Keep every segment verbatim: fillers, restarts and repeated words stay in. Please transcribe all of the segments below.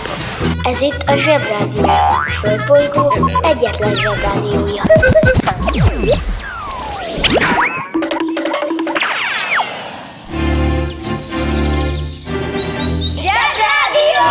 Ez itt a Zsebrádió, a Földbolygó egyetlen Zsebrádiója. Zsebrádió!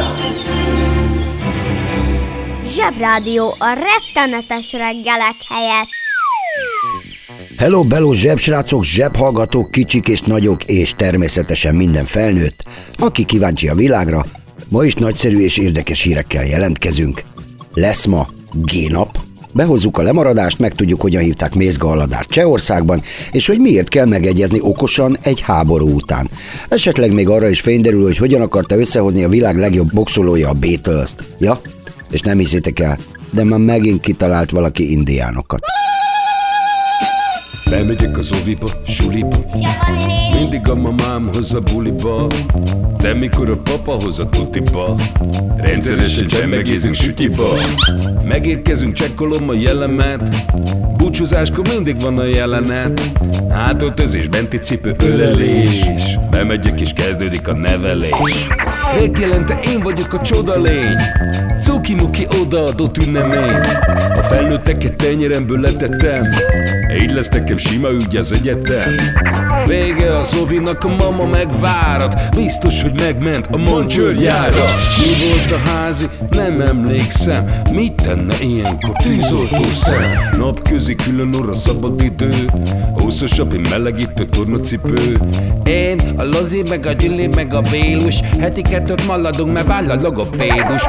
Zsebrádió a rettenetes reggelek helyett. Hello, bello, zsebsrácok, zsebhallgatók, kicsik és nagyok, és természetesen minden felnőtt, aki kíváncsi a világra. Ma is nagyszerű és érdekes hírekkel jelentkezünk. Lesz ma G-nap, behozzuk a lemaradást, megtudjuk, hogyan hívták Mézga Aladárt Csehországban, és hogy miért kell megegyezni okosan egy háború után. Esetleg még arra is fényderül, hogy hogyan akarta összehozni a világ legjobb boxolója a Beatles-t. Ja, és nem hiszitek el, de már megint kitalált valaki indiánokat. Bemegyek az oviba, suliba, mindig a mamám hoz a buliba, de mikor a papa hoz a tutiba, rendszeresen csemmegézünk sütiba. Megérkezünk, csekkolom a jellemet, búcsúzáskor mindig van a jelenet, hátöltözés, benti cipő, ölelés, bemegyek és kezdődik a nevelés. Reggelente én vagyok a csoda lény, cuki-muki odaadott ünnemény, a felnőtteket tenyeremből letettem, így lesz nekem sima ügy az egyetem. Vége az ovinak, a mama megvárat, biztos, hogy megment a mancsőrjára. Mi volt a házi? Nem emlékszem, mit tenne ilyenkor tűzoltó szem? Napközi külön orra szabad idő, úszosabb, én melegítő tornacipő. Én, a Lozi, meg a Gyüli, meg a Bélus, heti kettőt maladunk, mert váll a logopédus.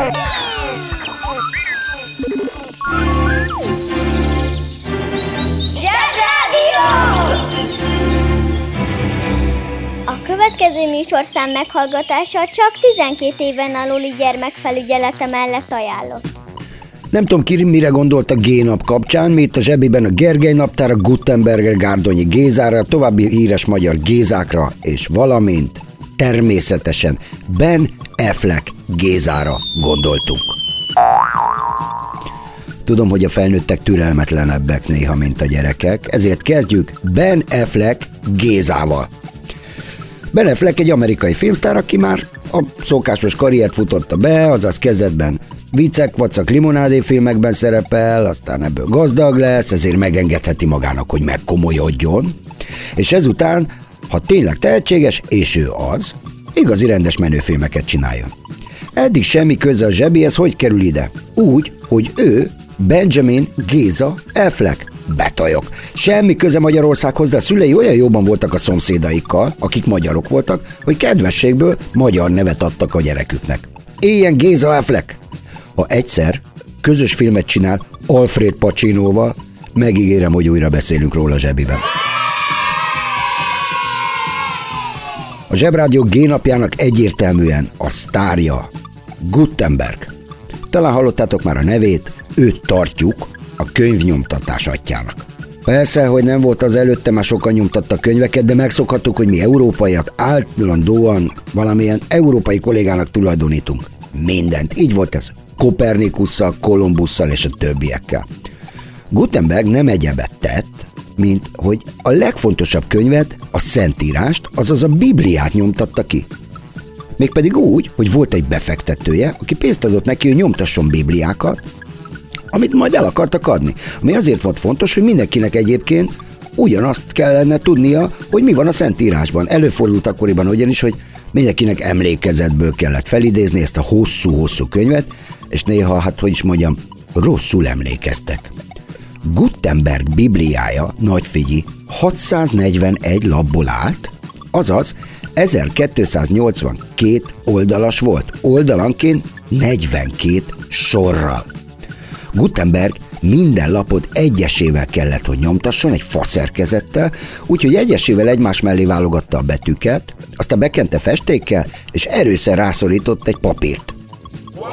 A következő műsorszám meghallgatása csak tizenkét éven aluli gyermekfelügyelete mellett ajánlott. Nem tudom, ki mire gondolt a G-nap kapcsán, mi itt a zsebében a Gergely naptára, Gutenberger Gárdonyi Gézára, további híres magyar Gézákra, és valamint természetesen Ben Affleck Gézára gondoltunk. Tudom, hogy a felnőttek türelmetlenebbek néha, mint a gyerekek, ezért kezdjük Ben Affleck Gézával. Ben Affleck egy amerikai filmsztár, aki már a szokásos karriert futotta be, azaz kezdetben viccek, vacak, limonádé filmekben szerepel, aztán ebből gazdag lesz, ezért megengedheti magának, hogy megkomolyodjon, és ezután, ha tényleg tehetséges, és ő az, igazi rendes menőfilmeket csináljon. Eddig semmi köze a zsebihez, hogy kerül ide? Úgy, hogy ő Benjamin Géza Affleck. Betajok. Semmi köze Magyarországhoz, de a szülei olyan jóban voltak a szomszédaikkal, akik magyarok voltak, hogy kedvességből magyar nevet adtak a gyereküknek. Éljen Géza Affleck! Ha egyszer közös filmet csinál Alfred Pacinoval, megígérem, hogy újra beszélünk róla zsebiben. A Zsebrádió G-napjának egyértelműen a sztárja Gutenberg. Talán hallottátok már a nevét, őt tartjuk a könyvnyomtatás atyjának. Persze, hogy nem volt az előtte, már sokan nyomtattak könyveket, de megszokhattuk, hogy mi európaiak állandóan valamilyen európai kollégának tulajdonítunk mindent. Így volt ez Kopernikusszal, Kolumbusszal és a többiekkel. Gutenberg nem egyebet tett, mint hogy a legfontosabb könyvet, a Szentírást, azaz a Bibliát nyomtatta ki. Mégpedig úgy, hogy volt egy befektetője, aki pénzt adott neki, hogy nyomtasson bibliákat, amit majd el akartak adni. Ami azért volt fontos, hogy mindenkinek egyébként ugyanazt kellene tudnia, hogy mi van a Szentírásban. Előfordult akkoriban ugyanis, hogy mindenkinek emlékezetből kellett felidézni ezt a hosszú-hosszú könyvet, és néha, hát hogy is mondjam, rosszul emlékeztek. Gutenberg bibliája, nagy figyi, hatszáznegyvenegy lapból állt, azaz ezerkétszáznyolcvankét oldalas volt, oldalanként negyvenkét sorral. Gutenberg minden lapot egyesével kellett, hogy nyomtasson, egy faszerkezettel, úgyhogy egyesével egymás mellé válogatta a betűket, aztán bekente festékkel, és erősen rászorított egy papírt. Wow!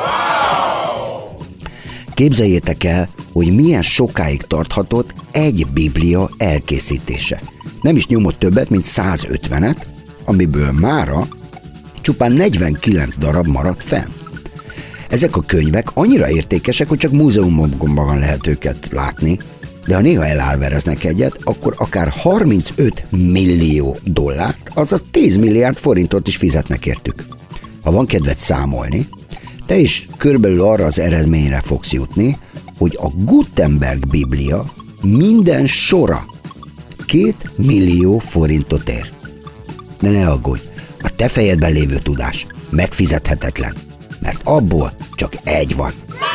Képzeljétek el, hogy milyen sokáig tarthatott egy biblia elkészítése. Nem is nyomott többet, mint százötvenet, amiből mára csupán negyvenkilenc darab maradt fenn. Ezek a könyvek annyira értékesek, hogy csak múzeumokban lehet őket látni, de ha néha elálvereznek egyet, akkor akár harmincöt millió dollárt, azaz tíz milliárd forintot is fizetnek értük. Ha van kedved számolni, te is körülbelül arra az eredményre fogsz jutni, hogy a Gutenberg Biblia minden sora két millió forintot ér. De ne aggódj, a te fejedben lévő tudás megfizethetetlen, mert abból csak egy van.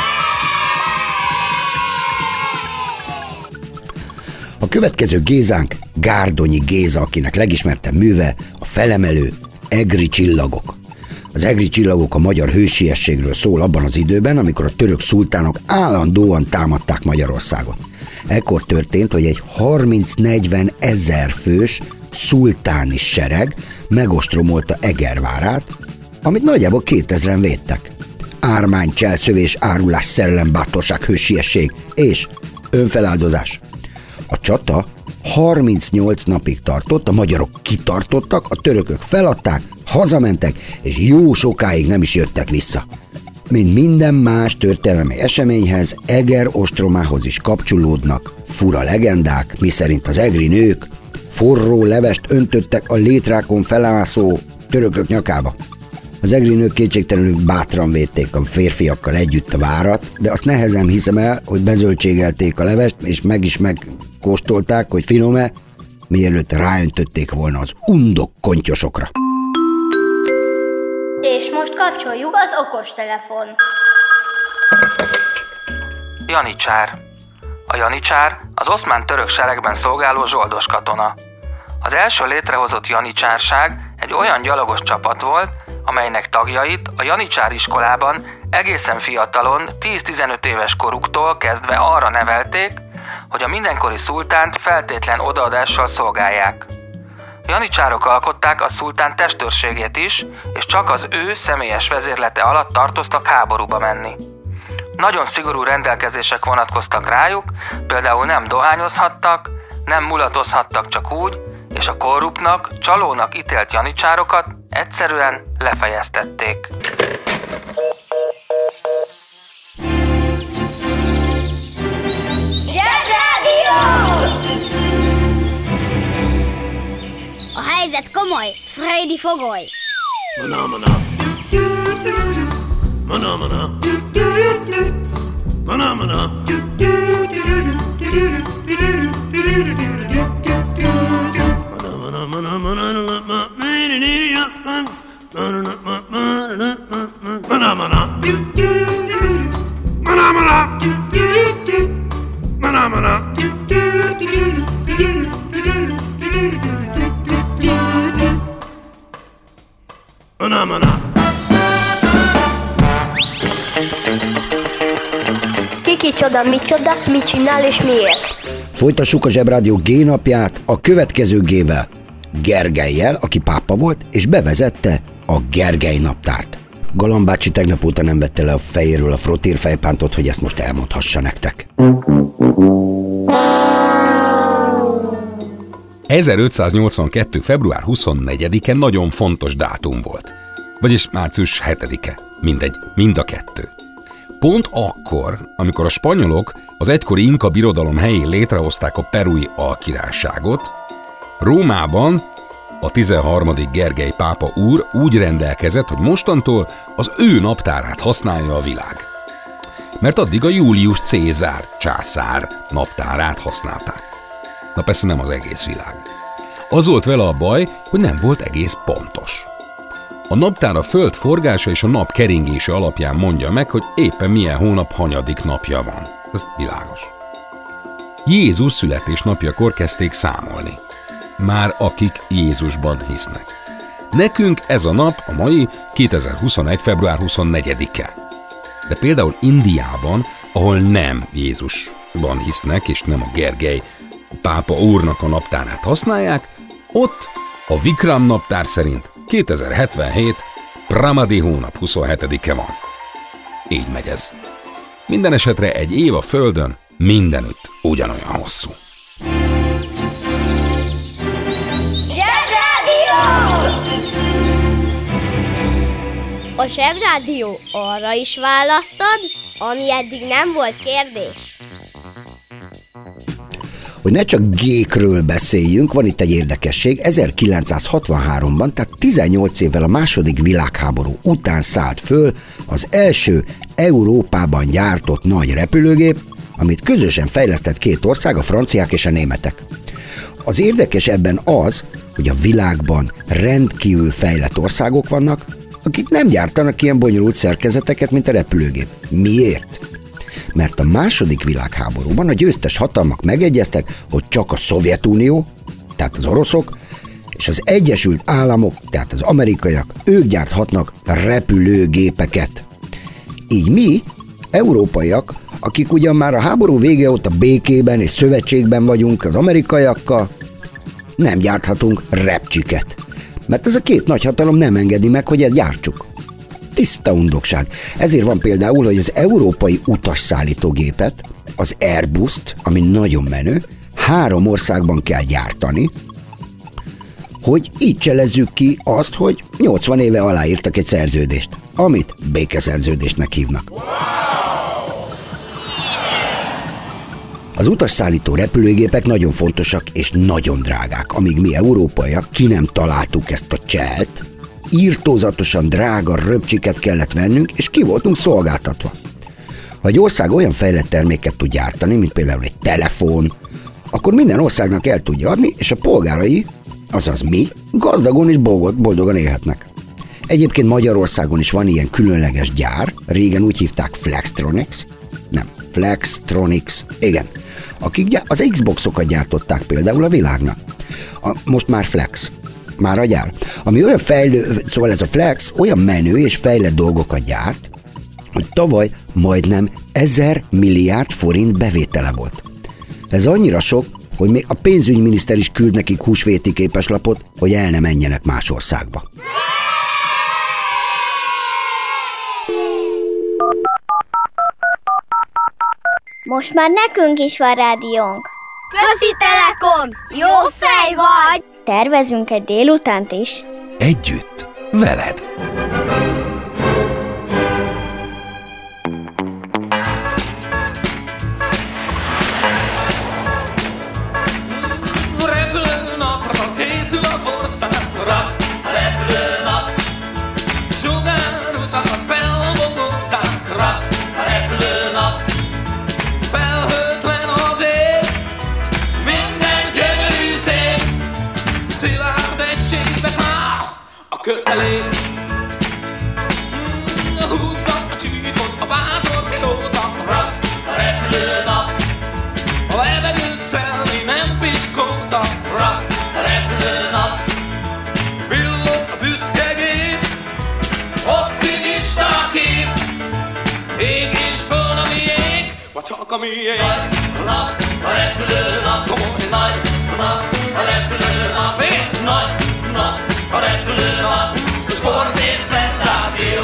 A következő Gézánk Gárdonyi Géza, akinek legismertebb műve a felemelő egri csillagok. Az egri csillagok a magyar hősiességről szól abban az időben, amikor a török szultánok állandóan támadták Magyarországot. Ekkor történt, hogy egy harminc-negyven ezer fős szultáni sereg megostromolta Eger várát, amit nagyjából kétezren védtek. Ármány, cselszövés, árulás, szerelem, bátorság, hősiesség és önfeláldozás. A csata harmincnyolc napig tartott, a magyarok kitartottak, a törökök feladták, hazamentek, és jó sokáig nem is jöttek vissza. Mint minden más történelmi eseményhez, Eger ostromához is kapcsolódnak fura legendák, miszerint az egri nők forró levest öntöttek a létrákon felászó törökök nyakába. Az egri nők kétségtelenül bátran védték a férfiakkal együtt a várat, de azt nehezen hiszem el, hogy bezöldségelték a levest, és meg is megkóstolták, hogy finom-e, mielőtt ráöntötték volna az undok kontyosokra. És most kapcsoljuk az okostelefon. Janicsár. A janicsár az oszmán török seregben szolgáló zsoldos katona. Az első létrehozott janicsárság egy olyan gyalogos csapat volt, amelynek tagjait a janicsár iskolában egészen fiatalon, tíz-tizenöt éves koruktól kezdve arra nevelték, hogy a mindenkori szultánt feltétlen odaadással szolgálják. A janicsárok alkották a szultán testőrségét is, és csak az ő személyes vezérlete alatt tartoztak háborúba menni. Nagyon szigorú rendelkezések vonatkoztak rájuk, például nem dohányozhattak, nem mulatozhattak csak úgy, és a korruptnak, csalónak ítélt janicsárokat egyszerűen lefejeztették. Zsebrádió! A helyzet komoly, Freddy fogoly! Mana mana. Mana mana. Mana mana. Mana mana mana mana mana. Mana mana. Mana mana. Mana mana. Ki kicsoda, micsoda, mit csinál és miért? Folytassuk a Zsebrádió G-napját a következő G-vel. Gergellyel, aki pápa volt, és bevezette a Gergely naptárt. Galamb bácsi tegnap óta nem vette le a fejéről a frottírfejpántot, hogy ezt most elmondhassa nektek. ezerötszáznyolcvankettő. február huszonnegyedike nagyon fontos dátum volt. Vagyis március hetedike. Mindegy, mind a kettő. Pont akkor, amikor a spanyolok az egykori Inka birodalom helyén létrehozták a perui alkirályságot, Rómában a tizenharmadik Gergely pápa úr úgy rendelkezett, hogy mostantól az ő naptárát használja a világ. Mert addig a Julius Cézár császár naptárát használták. Na persze nem az egész világ. Az volt vele a baj, hogy nem volt egész pontos. A naptár a föld forgása és a nap keringése alapján mondja meg, hogy éppen milyen hónap hanyadik napja van. Ez világos. Jézus születésnapjakor kezdték számolni. Már akik Jézusban hisznek. Nekünk ez a nap a mai kétezer-huszonegy. február huszonnegyedike. De például Indiában, ahol nem Jézusban hisznek, és nem a Gergely pápa úrnak a naptárát használják, ott a Vikram naptár szerint kétezer-hetvenhét. Pramadi hónap huszonhetedike van. Így megy ez. Minden esetre egy év a Földön mindenütt ugyanolyan hosszú. A Zsebrádió arra is választad, ami eddig nem volt kérdés. Hogy ne csak gékről beszéljünk, van itt egy érdekesség. ezerkilencszázhatvanháromban, tehát tizennyolc évvel a második világháború után szállt föl az első Európában gyártott nagy repülőgép, amit közösen fejlesztett két ország, a franciák és a németek. Az érdekes ebben az, hogy a világban rendkívül fejlett országok vannak, akik nem gyártanak ilyen bonyolult szerkezeteket, mint a repülőgép. Miért? Mert a második világháborúban a győztes hatalmak megegyeztek, hogy csak a Szovjetunió, tehát az oroszok, és az Egyesült Államok, tehát az amerikaiak, ők gyárthatnak repülőgépeket. Így mi, európaiak, akik ugyan már a háború vége óta békében és szövetségben vagyunk az amerikaiakkal, nem gyárthatunk repcsiket. Mert ez a két nagyhatalom nem engedi meg, hogy ezt gyártsuk. Tiszta undokság. Ezért van például, hogy az európai utasszállítógépet, az Airbust, ami nagyon menő, három országban kell gyártani, hogy így cselezzük ki azt, hogy nyolcvan éve aláírtak egy szerződést, amit békeszerződésnek hívnak. Az utasszállító repülőgépek nagyon fontosak és nagyon drágák, amíg mi európaiak ki nem találtuk ezt a cselt, írtózatosan drága röpcsiket kellett vennünk, és ki voltunk szolgáltatva. Ha egy ország olyan fejlett terméket tud gyártani, mint például egy telefon, akkor minden országnak el tudja adni, és a polgárai, azaz mi, gazdagon és boldogan élhetnek. Egyébként Magyarországon is van ilyen különleges gyár, régen úgy hívták Flextronics, nem, Flextronics, igen, akik gyá- az Xboxokat gyártották például a világnak. A, most már Flex, már a gyár. Ami olyan fejlő, szóval ez a Flex olyan menő és fejlett dolgokat gyárt, hogy tavaly majdnem ezer milliárd forint bevétele volt. Ez annyira sok, hogy még a pénzügyminiszter is küld nekik húsvéti képeslapot, hogy el ne menjenek más országba. Most már nekünk is van rádiónk. Közi Telekom! Jó fej vagy! Tervezünk egy délutánt is. Együtt, veled. Repülőnapra készül az országra. Repülőnap. Sugárutakat felbogozzák. Repülőnap. Felhőtlen az ég, minden gyönyörű szép, szilárd egységbe száll a kötelék. Mm, húzza a csíkot, a bátorkedót, a rak, a repülőnap. A levegőt szelni nem piskót, a rak, a repülőnap. Villog a büszke gép, optimista kép, ég és föld a miénk, vagy csak a miénk. Nagy nap, a repülőnap, komoly nagy nap, a repülőnap, én nagy nap, a repülőnap, sport és szenzáció.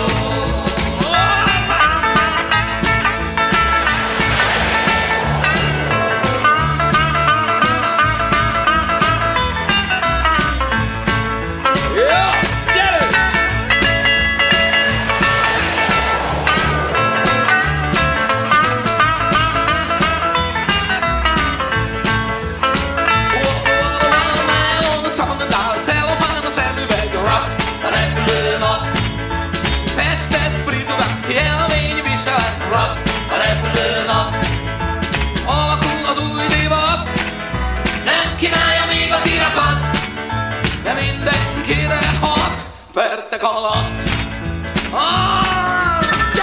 De mindenkire hat percek alatt. Ah,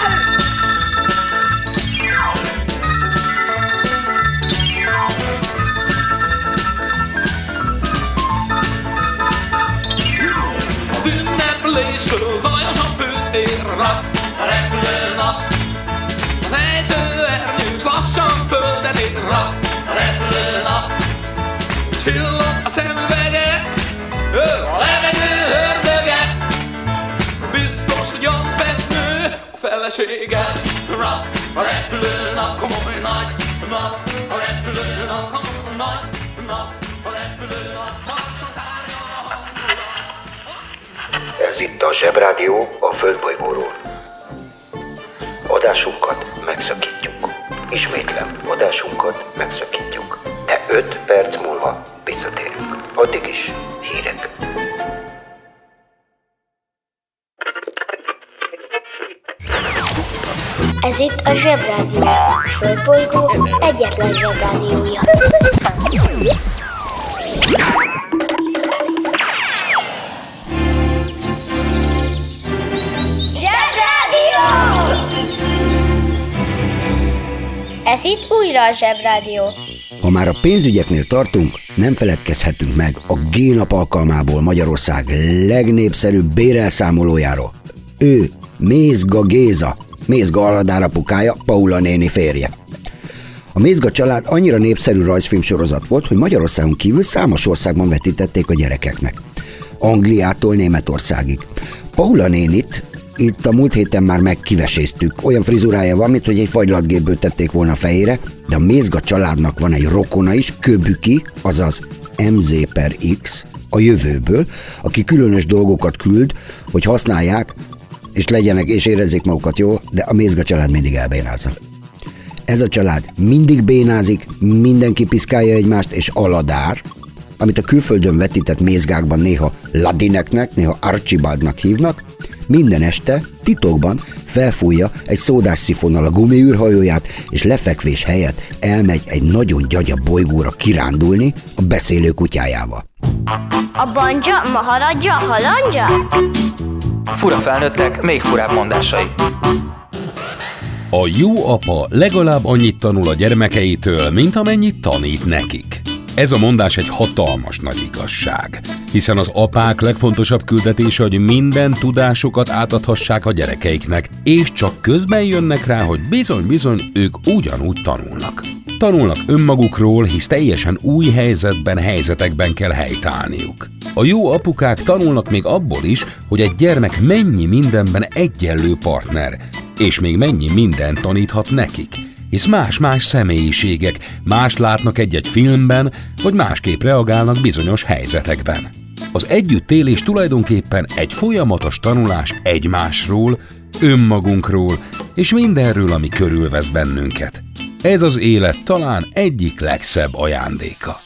az ünneplésről zajos a főtér, rak, a repülőnap. Az ejtőernyős lassan földet ér, rak, a repülőnap. Csillog a szemüvege, a levegő hördöge, biztos, hogy Jampec-nő a felesége. Rak, a repülőnap, komoly nagy nap, a repülőnap, komoly nagy nap, a repülőnap, marson szárjon a hangulat. Ez itt a Zsebrádió a Földbolygóról. Adásunkat megszakítjuk. Ismétlem, adásunkat megszakítjuk. De öt perc múlva visszatérünk. Addig is hírek. Ez itt a Zsebrádió. A Földbolygó egyetlen Zsebrádiója. Zsebrádió! Ez itt újra a Zsebrádió. Ha már a pénzügyeknél tartunk, nem feledkezhetünk meg a G-nap alkalmából Magyarország legnépszerűbb bérelszámolójáról. Ő Mézga Géza, Mézga Aladár apukája, Paula néni férje. A Mézga család annyira népszerű rajzfilmsorozat volt, hogy Magyarországon kívül számos országban vetítették a gyerekeknek. Angliától Németországig. Paula nénit itt a múlt héten már megkiveséztük. Olyan frizurája van, mint hogy egy fagylatgépből tették volna a fejére, de a Mézga családnak van egy rokona is, Köbüki, azaz em zé per X, a jövőből, aki különös dolgokat küld, hogy használják, és legyenek és érezzék magukat jól, de a Mézga család mindig elbénázza. Ez a család mindig bénázik, mindenki piszkálja egymást, és Aladár, amit a külföldön vetített mézgákban néha Ladineknek, néha Archibaldnak hívnak, minden este titokban felfújja egy szódás szifonnal a gumiűrhajóját, és lefekvés helyett elmegy egy nagyon gyagya bolygóra kirándulni a beszélő kutyájával. A banja, maharadja, halandja? Fura felnőttek, még furább mondásai. A jó apa legalább annyit tanul a gyermekeitől, mint amennyit tanít nekik. Ez a mondás egy hatalmas nagy igazság, hiszen az apák legfontosabb küldetése, hogy minden tudásukat átadhassák a gyerekeiknek, és csak közben jönnek rá, hogy bizony-bizony ők ugyanúgy tanulnak. Tanulnak önmagukról, hisz teljesen új helyzetben, helyzetekben kell helytállniuk. A jó apukák tanulnak még abból is, hogy egy gyermek mennyi mindenben egyenlő partner, és még mennyi mindent taníthat nekik, hisz más-más személyiségek, más látnak egy-egy filmben, vagy másképp reagálnak bizonyos helyzetekben. Az együttélés tulajdonképpen egy folyamatos tanulás egymásról, önmagunkról, és mindenről, ami körülvesz bennünket. Ez az élet talán egyik legszebb ajándéka.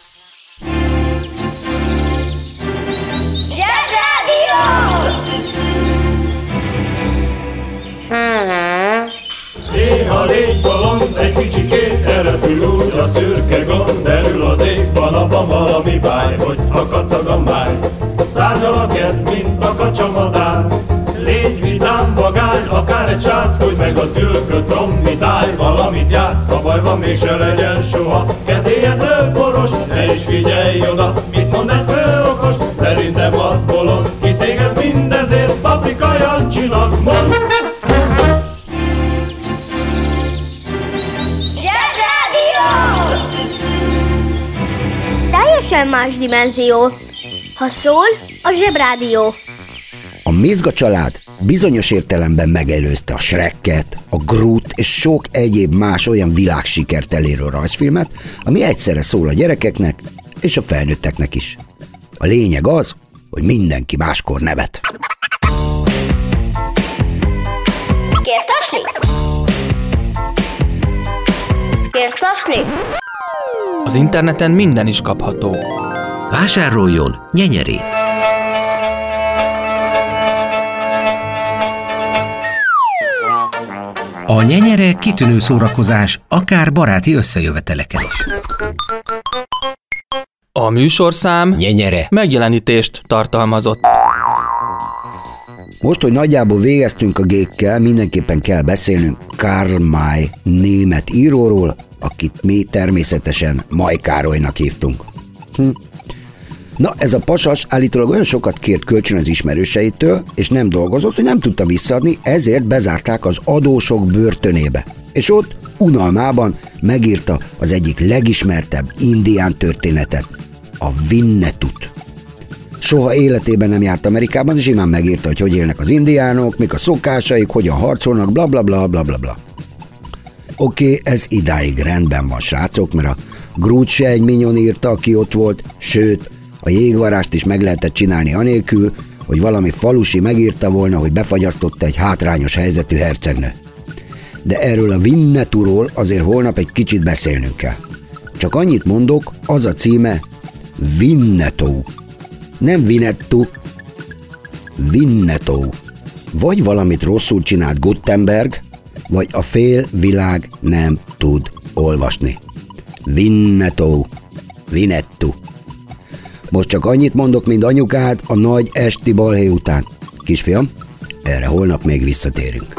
Néha légy bolond, egy kicsikét elrepül úgy a szürke gond, elül az égban, abban valami báj, hogy ha kacag a máj. Szárnyal a kert, mint a kacsamadár, légy vidám vagány, akár egy srác, hogy meg a tülköt rommidálj, valamit játsz, ha baj van, mégse legyen soha. Kedélyed lőporos, ne is figyelj oda, mit mond egy főokos, szerintem az bolond, ki téged mindezért, Paprika Jancsinak mond. Teljesen más dimenzió. Ha szól, a Zsebrádió. A Mézga család bizonyos értelemben megelőzte a Shrekket, a Groot és sok egyéb más olyan világsikert elérő rajzfilmet, ami egyszerre szól a gyerekeknek és a felnőtteknek is. A lényeg az, hogy mindenki máskor nevet. Kérsz taslit? Kérsz taslit? Az interneten minden is kapható. Vásároljon nyenyerét! A nyenyere kitűnő szórakozás, akár baráti összejöveteleken is. A műsorszám Nyenyere megjelenítést tartalmazott. Most, hogy nagyjából végeztünk a gékkel, mindenképpen kell beszélnünk Karl May német íróról, akit mi természetesen May Károlynak hívtunk. Hm. Na, ez a pasas állítólag olyan sokat kért kölcsön az ismerőseitől, és nem dolgozott, hogy nem tudta visszaadni, ezért bezárták az adósok börtönébe. És ott unalmában megírta az egyik legismertebb indián történetet, a Winnetut. Soha életében nem járt Amerikában, és imán megírta, hogy hogy élnek az indiánok, mik a szokásaik, hogyan harcolnak, bla bla bla bla bla bla. Oké, okay, ez idáig rendben van, srácok, mert a Groot se egy minyon írta, aki ott volt, sőt, a jégvarást is meg lehetett csinálni anélkül, hogy valami falusi megírta volna, hogy befagyasztotta egy hátrányos helyzetű hercegnő. De erről a Winneturól azért holnap egy kicsit beszélnünk kell. Csak annyit mondok, az a címe Winnetou. Nem Winnetou, Winnetou. Vagy valamit rosszul csinált Gutenberg, vagy a fél világ nem tud olvasni. Winnetou, Winnetou. Most csak annyit mondok, mint anyukád a nagy esti balhé után. Kisfiam, erre holnap még visszatérünk.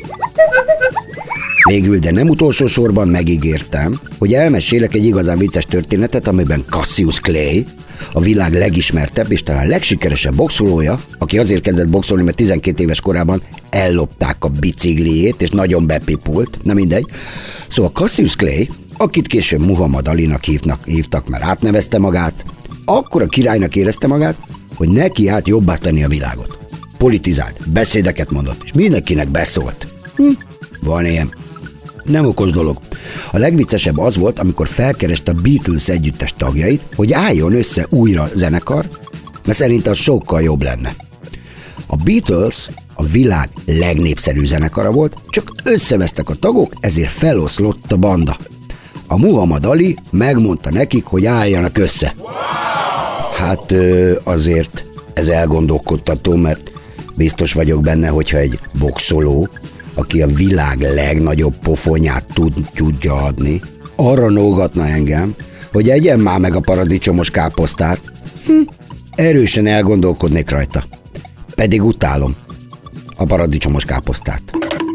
Végül, de nem utolsó sorban megígértem, hogy elmesélek egy igazán vicces történetet, amiben Cassius Clay, a világ legismertebb és talán legsikeresebb boxolója, aki azért kezdett boxolni, mert tizenkét éves korában ellopták a bicikliét, és nagyon bepipult, na mindegy. Szóval Cassius Clay, akit később Muhammad Alinak hívnak, hívtak, mert átnevezte magát, akkora királynak érezte magát, hogy neki állt jobbá tenni a világot. Politizált, beszédeket mondott, és mindenkinek beszólt. Hm, van ilyen. Nem okos dolog. A legviccesebb az volt, amikor felkereste a Beatles együttes tagjait, hogy álljon össze újra zenekar, mert szerint az sokkal jobb lenne. A Beatles a világ legnépszerűbb zenekara volt, csak összevesztek a tagok, ezért feloszlott a banda. A Muhammad Ali megmondta nekik, hogy álljanak össze. Hát azért ez elgondolkodtató, mert biztos vagyok benne, hogyha egy boxoló, aki a világ legnagyobb pofonját tud, tudja adni, arra nógatna engem, hogy egyen már meg a paradicsomos káposztát. Hm, erősen elgondolkodnék rajta. Pedig utálom a paradicsomos káposztát.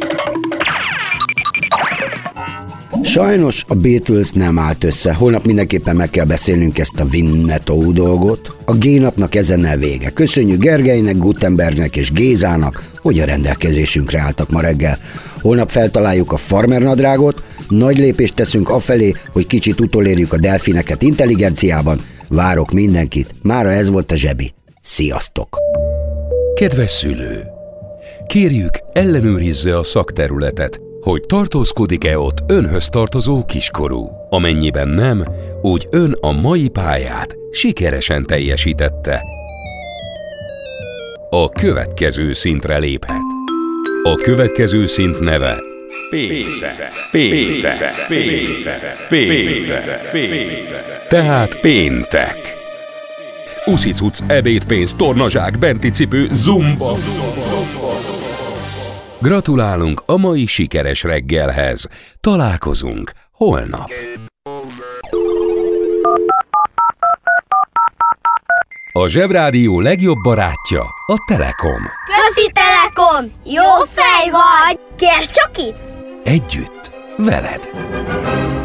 Sajnos a Beatles nem állt össze. Holnap mindenképpen meg kell beszélnünk ezt a Winnetou dolgot. A G-napnak ezennel vége. Köszönjük Gergelynek, Gutenbergnek és Gézának, hogy a rendelkezésünkre álltak ma reggel. Holnap feltaláljuk a farmernadrágot, nagy lépést teszünk afelé, hogy kicsit utolérjük a delfineket intelligenciában. Várok mindenkit. Mára ez volt a Zsebi. Sziasztok! Kedves szülő! Kérjük, ellenőrizze a szakterületet, hogy tartózkodik-e ott önhöz tartozó kiskorú. Amennyiben nem, úgy ön a mai pályát sikeresen teljesítette. A következő szintre léphet. A következő szint neve Péntek, péntek, péntek, péntek, péntek. Tehát péntek. Uszicuc, ebédpénz, tornazsák, benti cipő, zumba. Gratulálunk a mai sikeres reggelhez. Találkozunk holnap. A Zsebrádió legjobb barátja a Telekom. Közi Telekom! Jó fej vagy! Kérd csak itt! Együtt, veled.